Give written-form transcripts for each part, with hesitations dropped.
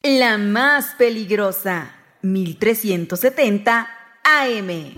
La más peligrosa, 1370 AM.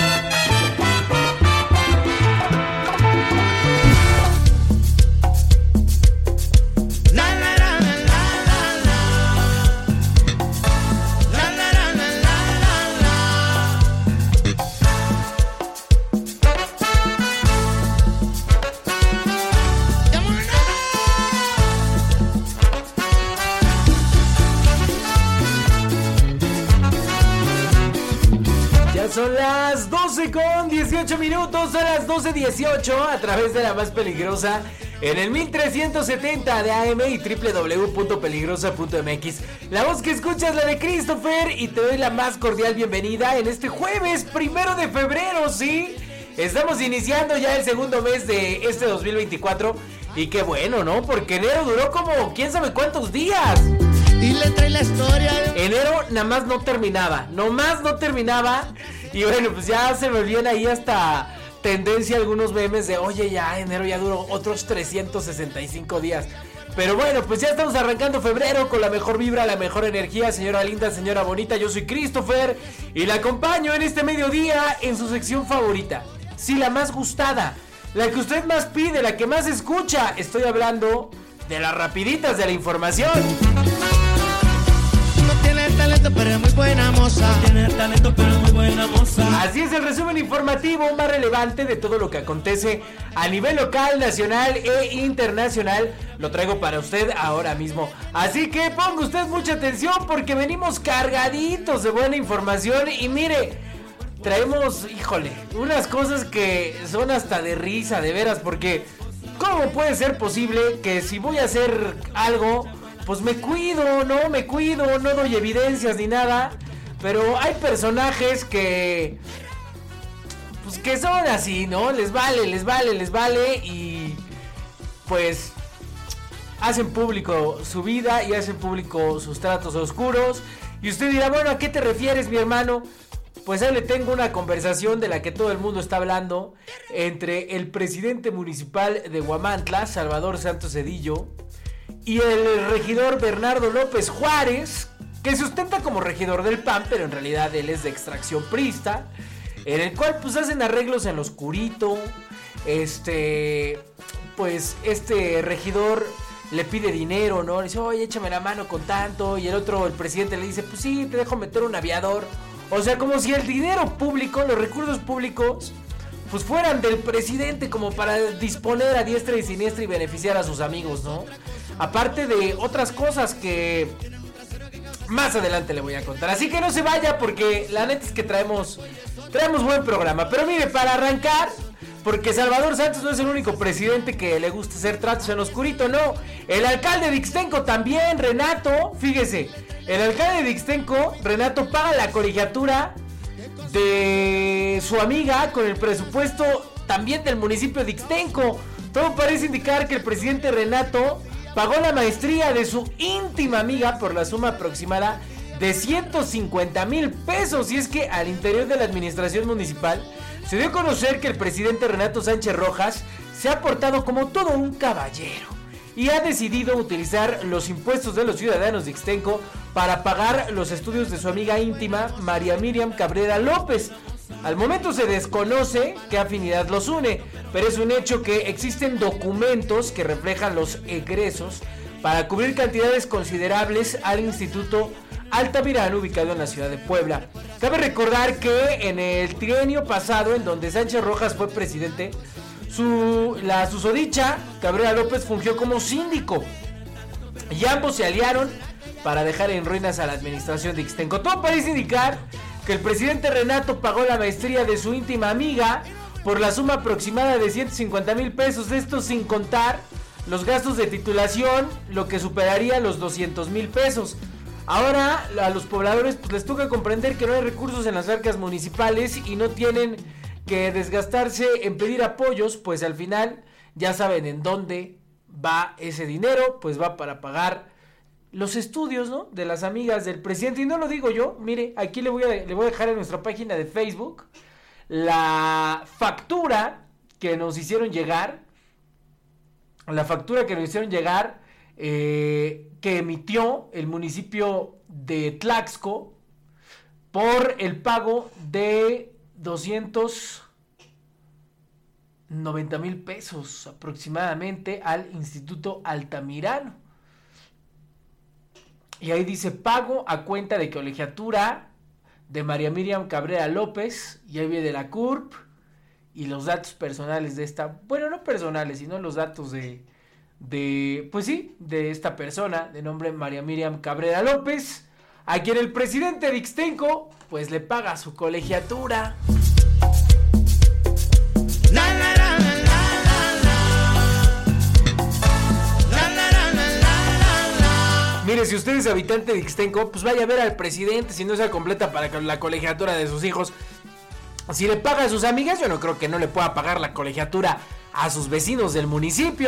Son las 12:18, son las 12:18 a través de la más peligrosa en el 1370 de AM y www.peligrosa.mx. La voz que escuchas es la de Christopher y te doy la más cordial bienvenida en este jueves 1 de febrero, ¿sí? Estamos iniciando ya el segundo mes de este 2024 y qué bueno, ¿no? Porque enero duró como quién sabe cuántos días. Y le trae la historia. Enero nomás no terminaba. Y bueno, pues ya se me viene ahí hasta tendencia algunos memes de oye, ya enero ya duró otros 365 días. Pero bueno, pues ya estamos arrancando febrero con la mejor vibra, la mejor energía. Señora linda, señora bonita, yo soy Christopher y la acompaño en este mediodía en su sección favorita. Sí, la más gustada, la que usted más pide, la que más escucha. Estoy hablando de las rapiditas de la información. Talento, pero es muy buena moza. Tiene talento, pero es muy buena moza. Así es el resumen informativo más relevante de todo lo que acontece a nivel local, nacional e internacional. Lo traigo para usted ahora mismo. Así que ponga usted mucha atención porque venimos cargaditos de buena información. Y mire, traemos, híjole, unas cosas que son hasta de risa, de veras. Porque ¿cómo puede ser posible que si voy a hacer algo, pues me cuido, no doy evidencias ni nada? Pero hay personajes que pues que son así, ¿no? Les vale y pues hacen público su vida y hacen público sus tratos oscuros. Y usted dirá, bueno, ¿a qué te refieres, mi hermano? Pues ahí le tengo una conversación de la que todo el mundo está hablando entre el presidente municipal de Huamantla, Salvador Santos Cedillo, y el regidor Bernardo López Juárez, que se ostenta como regidor del PAN, pero en realidad él es de extracción priista, en el cual pues hacen arreglos en lo oscurito. Pues este regidor le pide dinero, ¿no? Le dice, oye, échame la mano con tanto. Y el presidente le dice, pues sí, te dejo meter un aviador. O sea, como si el dinero público, los recursos públicos, pues fueran del presidente como para disponer a diestra y siniestra y beneficiar a sus amigos, ¿no? Aparte de otras cosas que más adelante le voy a contar. Así que no se vaya porque la neta es que traemos buen programa. Pero mire, para arrancar, porque Salvador Santos no es el único presidente que le gusta hacer tratos en oscurito, no. El alcalde de Ixtenco también, Renato, fíjese. El alcalde de Ixtenco, Renato, paga la colegiatura de su amiga con el presupuesto también del municipio de Ixtenco. Todo parece indicar que el presidente Renato pagó la maestría de su íntima amiga por la suma aproximada de 150,000 pesos. Y es que al interior de la administración municipal se dio a conocer que el presidente Renato Sánchez Rojas se ha portado como todo un caballero y ha decidido utilizar los impuestos de los ciudadanos de Ixtenco para pagar los estudios de su amiga íntima María Miriam Cabrera López. Al momento se desconoce qué afinidad los une, pero es un hecho que existen documentos que reflejan los egresos para cubrir cantidades considerables al Instituto Altamirano ubicado en la ciudad de Puebla. Cabe recordar que en el trienio pasado, en donde Sánchez Rojas fue presidente, la susodicha Cabrera López fungió como síndico y ambos se aliaron para dejar en ruinas a la administración de Ixtenco. Todo parece indicar que el presidente Renato pagó la maestría de su íntima amiga por la suma aproximada de 150,000 pesos, esto sin contar los gastos de titulación, lo que superaría los 200,000 pesos. Ahora a los pobladores pues les toca comprender que no hay recursos en las arcas municipales y no tienen que desgastarse en pedir apoyos, pues al final ya saben en dónde va ese dinero, pues va para pagar los estudios, ¿no?, de las amigas del presidente. Y no lo digo yo, mire, aquí le voy a dejar en nuestra página de Facebook la factura que nos hicieron llegar que emitió el municipio de Tlaxco por el pago de 290,000 pesos aproximadamente al Instituto Altamirano. Y ahí dice pago a cuenta de colegiatura de María Miriam Cabrera López, y ahí viene la CURP y los datos personales de esta, bueno, no personales, sino los datos de esta persona de nombre María Miriam Cabrera López, a quien el presidente de Ixtenco pues le paga su colegiatura. Mire, si usted es habitante de Ixtenco, pues vaya a ver al presidente, si no se completa para la colegiatura de sus hijos. Si le paga a sus amigas, yo no creo que no le pueda pagar la colegiatura a sus vecinos del municipio.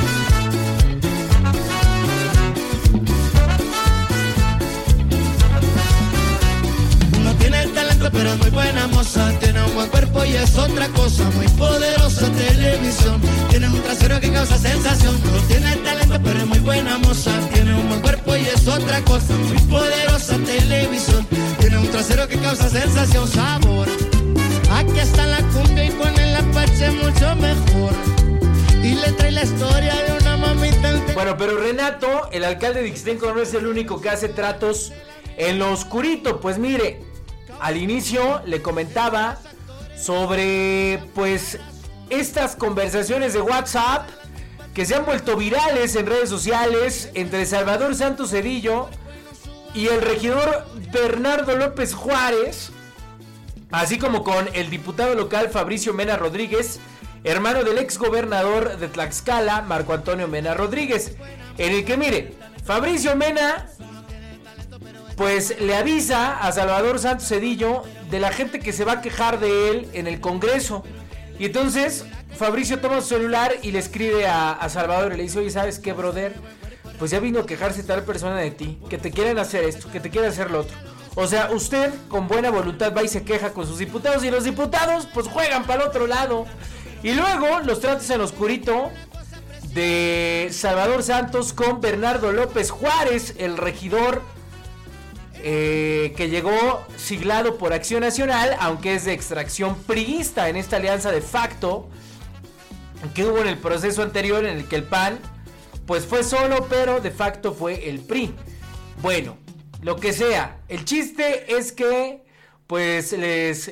No tiene el talento, pero es muy buena moza. Tiene un buen cuerpo y es otra cosa. Muy poderosa televisión. Tiene un trasero que causa sensación. No tiene el talento, pero es muy buena moza. Tiene un buen cuerpo y es otra cosa. Muy poderosa televisión. Tiene un trasero que causa sensación, sabor. Aquí está la cumbia y con el Apache mucho mejor. Y le trae la historia de una mamita. Bueno, pero Renato, el alcalde de Ixtenco, no es el único que hace tratos en lo oscurito. Pues mire, al inicio le comentaba sobre pues estas conversaciones de WhatsApp que se han vuelto virales en redes sociales entre Salvador Santos Cedillo y el regidor Bernardo López Juárez, así como con el diputado local Fabricio Mena Rodríguez, hermano del ex gobernador de Tlaxcala, Marco Antonio Mena Rodríguez, en el que mire, Fabricio Mena pues le avisa a Salvador Santos Cedillo de la gente que se va a quejar de él en el Congreso. Y entonces Fabricio toma su celular y le escribe a Salvador y le dice: oye, ¿sabes qué, brother? Pues ya vino a quejarse tal persona de ti, que te quieren hacer esto, que te quieren hacer lo otro. O sea, usted con buena voluntad va y se queja con sus diputados, y los diputados pues juegan para el otro lado. Y luego los tratos en lo oscurito de Salvador Santos con Bernardo López Juárez, el regidor que llegó siglado por Acción Nacional, aunque es de extracción priista, en esta alianza de facto que hubo en el proceso anterior, en el que el PAN pues fue solo, pero de facto fue el PRI. Bueno, lo que sea, el chiste es que pues les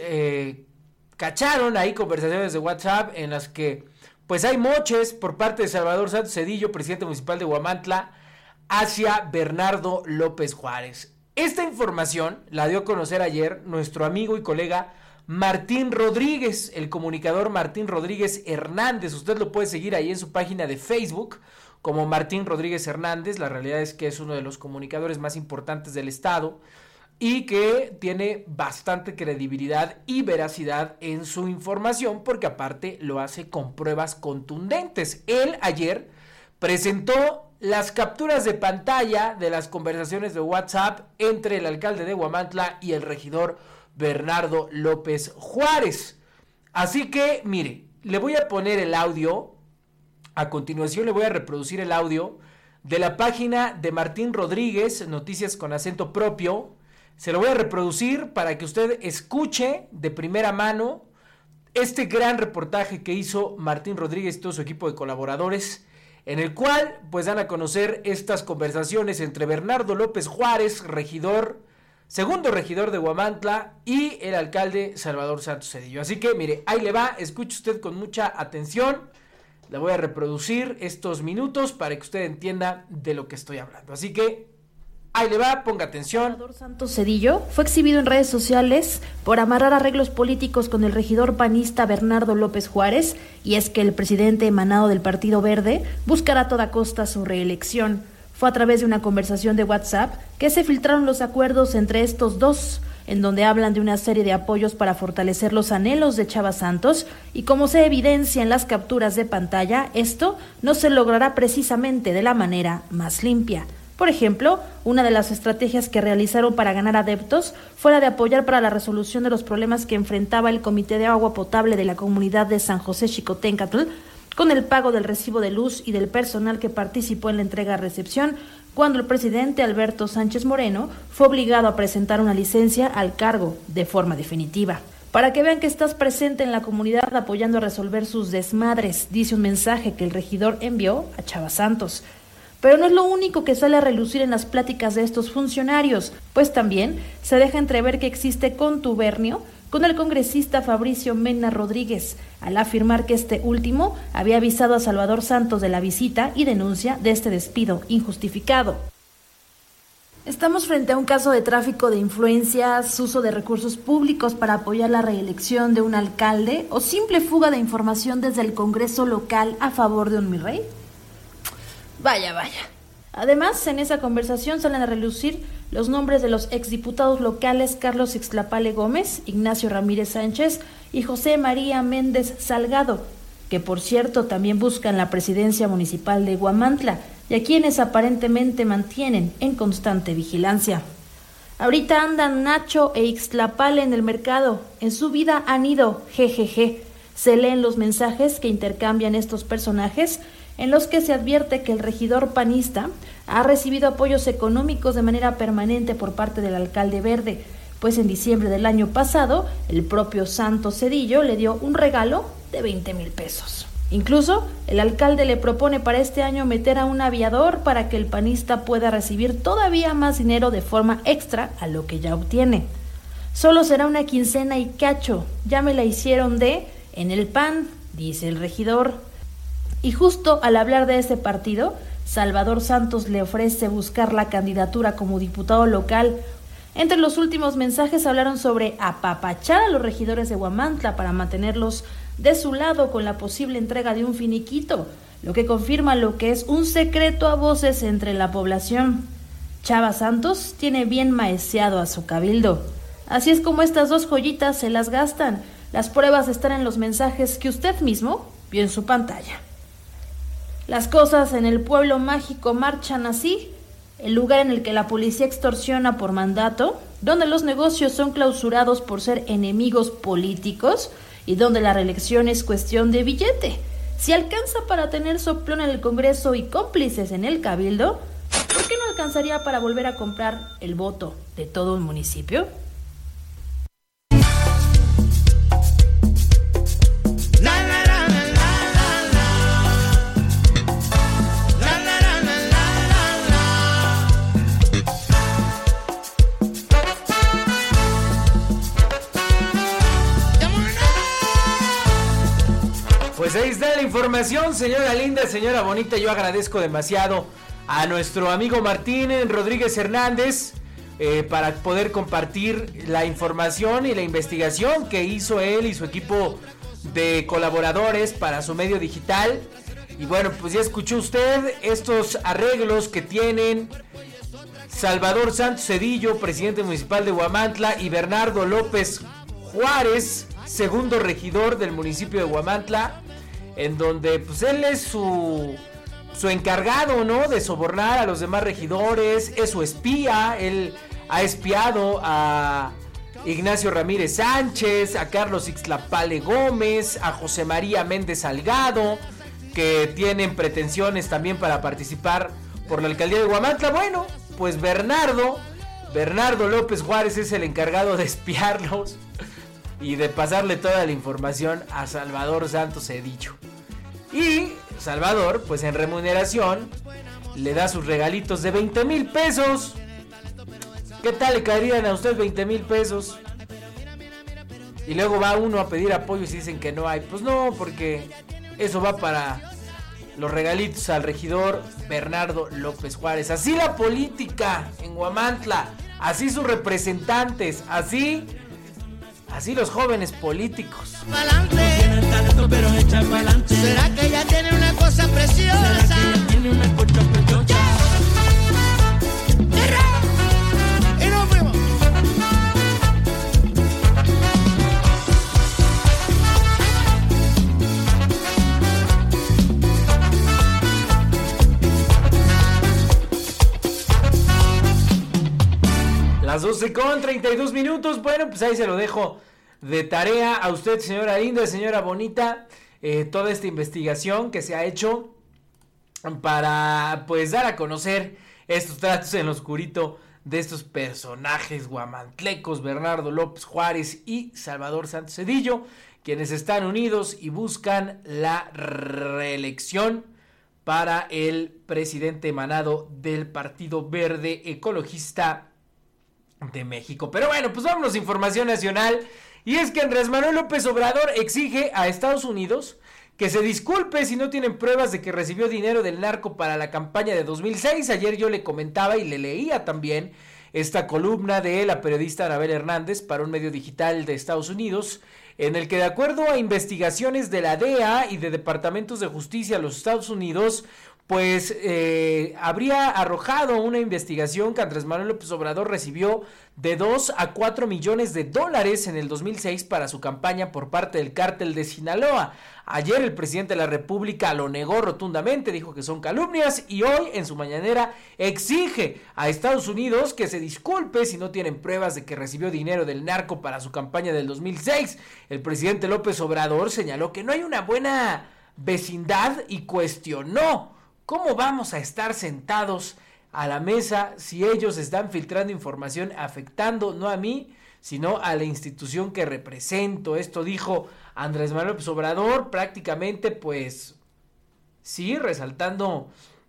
cacharon ahí conversaciones de WhatsApp en las que pues hay moches por parte de Salvador Santos Cedillo, presidente municipal de Huamantla, hacia Bernardo López Juárez. Esta información la dio a conocer ayer nuestro amigo y colega Martín Rodríguez, el comunicador Martín Rodríguez Hernández. Usted lo puede seguir ahí en su página de Facebook como Martín Rodríguez Hernández. La realidad es que es uno de los comunicadores más importantes del estado y que tiene bastante credibilidad y veracidad en su información, porque aparte lo hace con pruebas contundentes. Él ayer presentó las capturas de pantalla de las conversaciones de WhatsApp entre el alcalde de Huamantla y el regidor Bernardo López Juárez. Así que, mire, le voy a poner el audio. A continuación le voy a reproducir el audio de la página de Martín Rodríguez, Noticias con Acento Propio. Se lo voy a reproducir para que usted escuche de primera mano este gran reportaje que hizo Martín Rodríguez y todo su equipo de colaboradores, en el cual pues dan a conocer estas conversaciones entre Bernardo López Juárez, segundo regidor de Huamantla, y el alcalde Salvador Santos Cedillo. Así que mire, ahí le va, escuche usted con mucha atención. Le voy a reproducir estos minutos para que usted entienda de lo que estoy hablando. Así que ahí le va, ponga atención. Salvador Santos Cedillo fue exhibido en redes sociales por amarrar arreglos políticos con el regidor panista Bernardo López Juárez, y es que el presidente emanado del Partido Verde buscará a toda costa su reelección. Fue a través de una conversación de WhatsApp que se filtraron los acuerdos entre estos dos, en donde hablan de una serie de apoyos para fortalecer los anhelos de Chava Santos, y como se evidencia en las capturas de pantalla, esto no se logrará precisamente de la manera más limpia. Por ejemplo, una de las estrategias que realizaron para ganar adeptos fue la de apoyar para la resolución de los problemas que enfrentaba el Comité de Agua Potable de la comunidad de San José Xicoténcatl, con el pago del recibo de luz y del personal que participó en la entrega-recepción, cuando el presidente Alberto Sánchez Moreno fue obligado a presentar una licencia al cargo de forma definitiva. Para que vean que estás presente en la comunidad apoyando a resolver sus desmadres, dice un mensaje que el regidor envió a Chava Santos. Pero no es lo único que sale a relucir en las pláticas de estos funcionarios, pues también se deja entrever que existe contubernio con el congresista Fabricio Mena Rodríguez, al afirmar que este último había avisado a Salvador Santos de la visita y denuncia de este despido injustificado. Estamos frente a un caso de tráfico de influencias, uso de recursos públicos para apoyar la reelección de un alcalde o simple fuga de información desde el Congreso local a favor de un mi rey. Vaya. Además, en esa conversación salen a relucir los nombres de los exdiputados locales Carlos Ixtlapale Gómez, Ignacio Ramírez Sánchez y José María Méndez Salgado, que por cierto también buscan la presidencia municipal de Huamantla y a quienes aparentemente mantienen en constante vigilancia. Ahorita andan Nacho e Ixtlapale en el mercado, en su vida han ido, jejeje. Se leen los mensajes que intercambian estos personajes, en los que se advierte que el regidor panista ha recibido apoyos económicos de manera permanente por parte del alcalde verde, pues en diciembre del año pasado el propio Santos Cedillo le dio un regalo de 20,000 pesos. Incluso el alcalde le propone para este año meter a un aviador para que el panista pueda recibir todavía más dinero de forma extra a lo que ya obtiene. Solo será una quincena y cacho, ya me la hicieron en el PAN, dice el regidor. Y justo al hablar de ese partido, Salvador Santos le ofrece buscar la candidatura como diputado local. Entre los últimos mensajes hablaron sobre apapachar a los regidores de Huamantla para mantenerlos de su lado con la posible entrega de un finiquito, lo que confirma lo que es un secreto a voces entre la población. Chava Santos tiene bien maeseado a su cabildo. Así es como estas dos joyitas se las gastan. Las pruebas están en los mensajes que usted mismo vio en su pantalla. Las cosas en el pueblo mágico marchan así, el lugar en el que la policía extorsiona por mandato, donde los negocios son clausurados por ser enemigos políticos y donde la reelección es cuestión de billete. Si alcanza para tener soplón en el Congreso y cómplices en el Cabildo, ¿por qué no alcanzaría para volver a comprar el voto de todo un municipio? Pues ahí está la información, señora linda, señora bonita. Yo agradezco demasiado a nuestro amigo Martín Rodríguez Hernández para poder compartir la información y la investigación que hizo él y su equipo de colaboradores para su medio digital. Y bueno, pues ya escuchó usted estos arreglos que tienen Salvador Santos Cedillo, presidente municipal de Huamantla, y Bernardo López Juárez, segundo regidor del municipio de Huamantla, en donde pues él es su encargado, ¿no?, de sobornar a los demás regidores, es su espía. Él ha espiado a Ignacio Ramírez Sánchez, a Carlos Ixtlapale Gómez, a José María Méndez Salgado, que tienen pretensiones también para participar por la alcaldía de Huamantla. Bueno, pues Bernardo López Juárez es el encargado de espiarlos y de pasarle toda la información a Salvador Santos Cedillo. Y Salvador, pues en remuneración, le da sus regalitos de 20,000 pesos. ¿Qué tal le caerían a usted 20,000 pesos? Y luego va uno a pedir apoyo y dicen que no hay. Pues no, porque eso va para los regalitos al regidor Bernardo López Juárez. Así la política en Huamantla, así sus representantes, así los jóvenes políticos. Tiene el talento pero echa pa'lante. ¿Será que ella tiene una cosa preciosa? ¿Será que ella tiene una cosa preciosa? Y nos fuimos. Las 12:32. Bueno, pues ahí se lo dejo de tarea a usted, señora linda, señora bonita. toda esta investigación que se ha hecho para pues dar a conocer estos tratos en lo oscurito de estos personajes guamantlecos, Bernardo López Juárez y Salvador Santos Cedillo, quienes están unidos y buscan la reelección para el presidente emanado del Partido Verde Ecologista de México. Pero bueno, pues vámonos a información nacional, y es que Andrés Manuel López Obrador exige a Estados Unidos que se disculpe si no tienen pruebas de que recibió dinero del narco para la campaña de 2006. Ayer yo le comentaba y le leía también esta columna de la periodista Anabel Hernández para un medio digital de Estados Unidos, en el que, de acuerdo a investigaciones de la DEA y de departamentos de justicia de los Estados Unidos, pues habría arrojado una investigación que Andrés Manuel López Obrador recibió de 2 a 4 millones de dólares en el 2006 para su campaña por parte del cártel de Sinaloa. Ayer el presidente de la República lo negó rotundamente, dijo que son calumnias, y hoy en su mañanera exige a Estados Unidos que se disculpe si no tienen pruebas de que recibió dinero del narco para su campaña del 2006. El presidente López Obrador señaló que no hay una buena vecindad y cuestionó: ¿cómo vamos a estar sentados a la mesa si ellos están filtrando información afectando no a mí, sino a la institución que represento? Esto dijo Andrés Manuel López Obrador, prácticamente pues sí, resaltando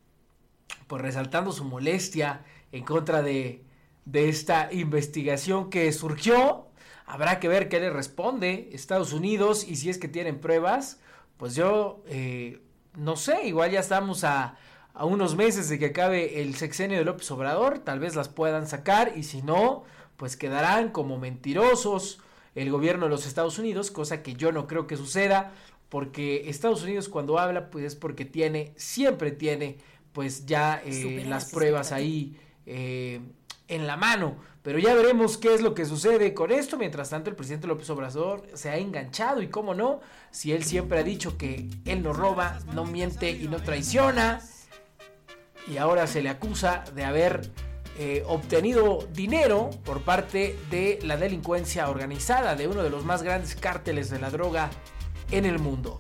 su molestia en contra de esta investigación que surgió. Habrá que ver qué le responde Estados Unidos y si es que tienen pruebas. Pues yo no sé, igual ya estamos a unos meses de que acabe el sexenio de López Obrador, tal vez las puedan sacar, y si no, pues quedarán como mentirosos el gobierno de los Estados Unidos, cosa que yo no creo que suceda, porque Estados Unidos cuando habla, pues es porque siempre tiene, pues ya las pruebas ahí en la mano. Pero ya veremos qué es lo que sucede con esto. Mientras tanto, el presidente López Obrador se ha enganchado, y cómo no, si él siempre ha dicho que él no roba, no miente y no traiciona, y ahora se le acusa de haber obtenido dinero por parte de la delincuencia organizada, de uno de los más grandes cárteles de la droga en el mundo.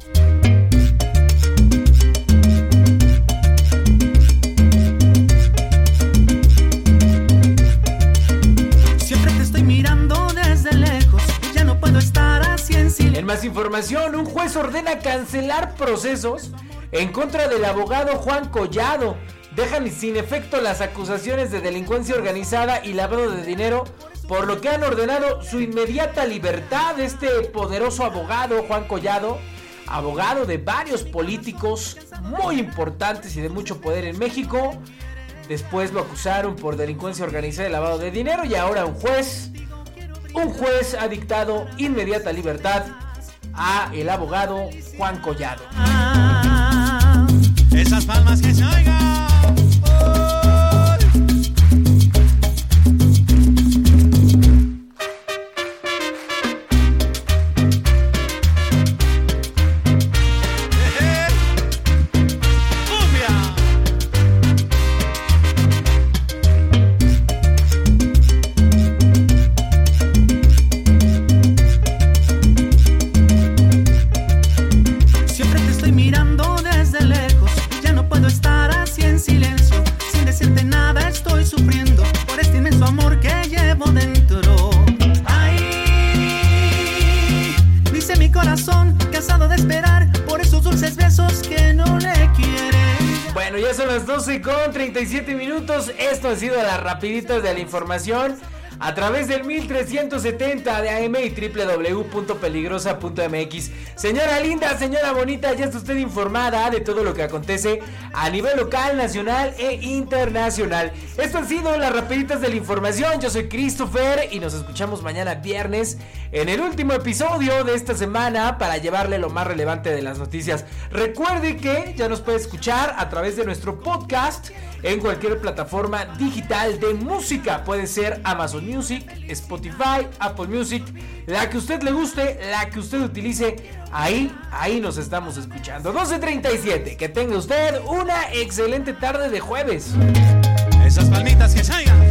En más información, un juez ordena cancelar procesos en contra del abogado Juan Collado. Dejan sin efecto las acusaciones de delincuencia organizada y lavado de dinero, por lo que han ordenado su inmediata libertad. Este poderoso abogado, Juan Collado, abogado de varios políticos muy importantes y de mucho poder en México, después lo acusaron por delincuencia organizada y lavado de dinero, y ahora un juez ha dictado inmediata libertad a el abogado Juan Collado. Esas palmas que se oigan. Bueno, ya son las 12:37. Esto ha sido las rapiditas de la información a través del 1370 de AM y www.peligrosa.mx. Señora linda, señora bonita, ya está usted informada de todo lo que acontece a nivel local, nacional e internacional. Esto han sido las rapiditas de la información. Yo soy Christopher y nos escuchamos mañana viernes en el último episodio de esta semana para llevarle lo más relevante de las noticias. Recuerde que ya nos puede escuchar a través de nuestro podcast en cualquier plataforma digital de música. Puede ser Amazon Music, Spotify, Apple Music, la que a usted le guste, la que usted utilice. Ahí nos estamos escuchando. 12:37. Que tenga usted una excelente tarde de jueves. Esas palmitas que salgan.